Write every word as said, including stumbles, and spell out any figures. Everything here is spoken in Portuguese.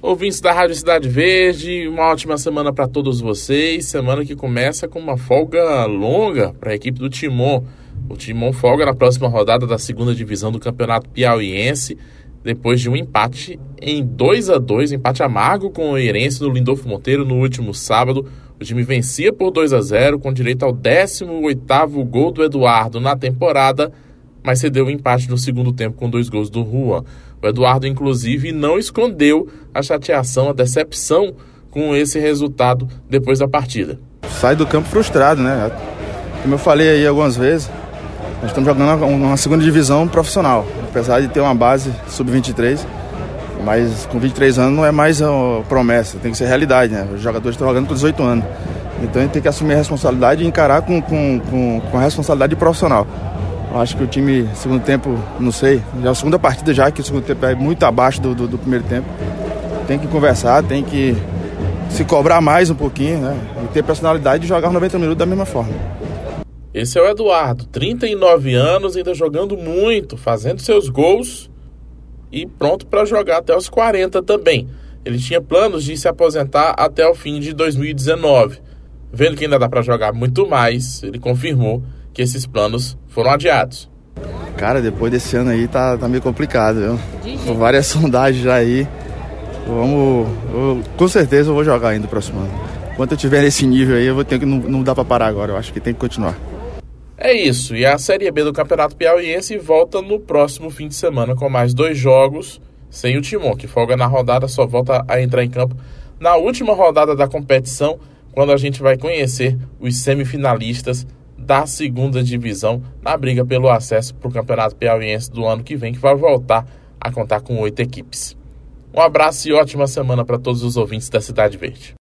Ouvintes da Rádio Cidade Verde, uma ótima semana para todos vocês. Semana que começa com uma folga longa para a equipe do Timon. O Timon folga na próxima rodada da segunda divisão do Campeonato Piauiense, depois de um empate em dois a dois, empate amargo com o Oeirense no Lindolfo Monteiro no último sábado. O time vencia por dois a zero, com direito ao décimo oitavo gol do Eduardo na temporada, mas cedeu o empate no segundo tempo com dois gols do Juan. O Eduardo, inclusive, não escondeu a chateação, a decepção com esse resultado depois da partida. Sai do campo frustrado, né? Como eu falei aí algumas vezes, nós estamos jogando uma segunda divisão profissional, apesar de ter uma base sub vinte e três, mas com vinte e três anos não é mais uma promessa, tem que ser realidade, né? Os jogadores estão jogando com dezoito anos, então a gente tem que assumir a responsabilidade e encarar com, com, com, com a responsabilidade profissional. Eu acho que o time, segundo tempo, não sei, já é a segunda partida já, que o segundo tempo é muito abaixo do, do, do primeiro tempo. Tem que conversar, tem que se cobrar mais um pouquinho, né? E ter personalidade de jogar os noventa minutos da mesma forma. Esse é o Eduardo, trinta e nove anos, ainda jogando muito, fazendo seus gols e pronto para jogar até os quarenta também. Ele tinha planos de se aposentar até o fim de dois mil e dezenove. Vendo que ainda dá para jogar muito mais, ele confirmou que esses planos foram adiados. Cara, depois desse ano aí tá, tá meio complicado, viu? Com várias sondagens já aí. Vamos, eu, com certeza eu vou jogar ainda o próximo ano. Enquanto eu estiver nesse nível aí, eu vou ter que não, não dá para parar agora. Eu acho que tem que continuar. É isso, e a Série B do Campeonato Piauiense volta no próximo fim de semana com mais dois jogos, sem o Timon, que folga na rodada, só volta a entrar em campo na última rodada da competição, quando a gente vai conhecer os semifinalistas da segunda divisão na briga pelo acesso para o Campeonato Piauiense do ano que vem, que vai voltar a contar com oito equipes. Um abraço e ótima semana para todos os ouvintes da Cidade Verde.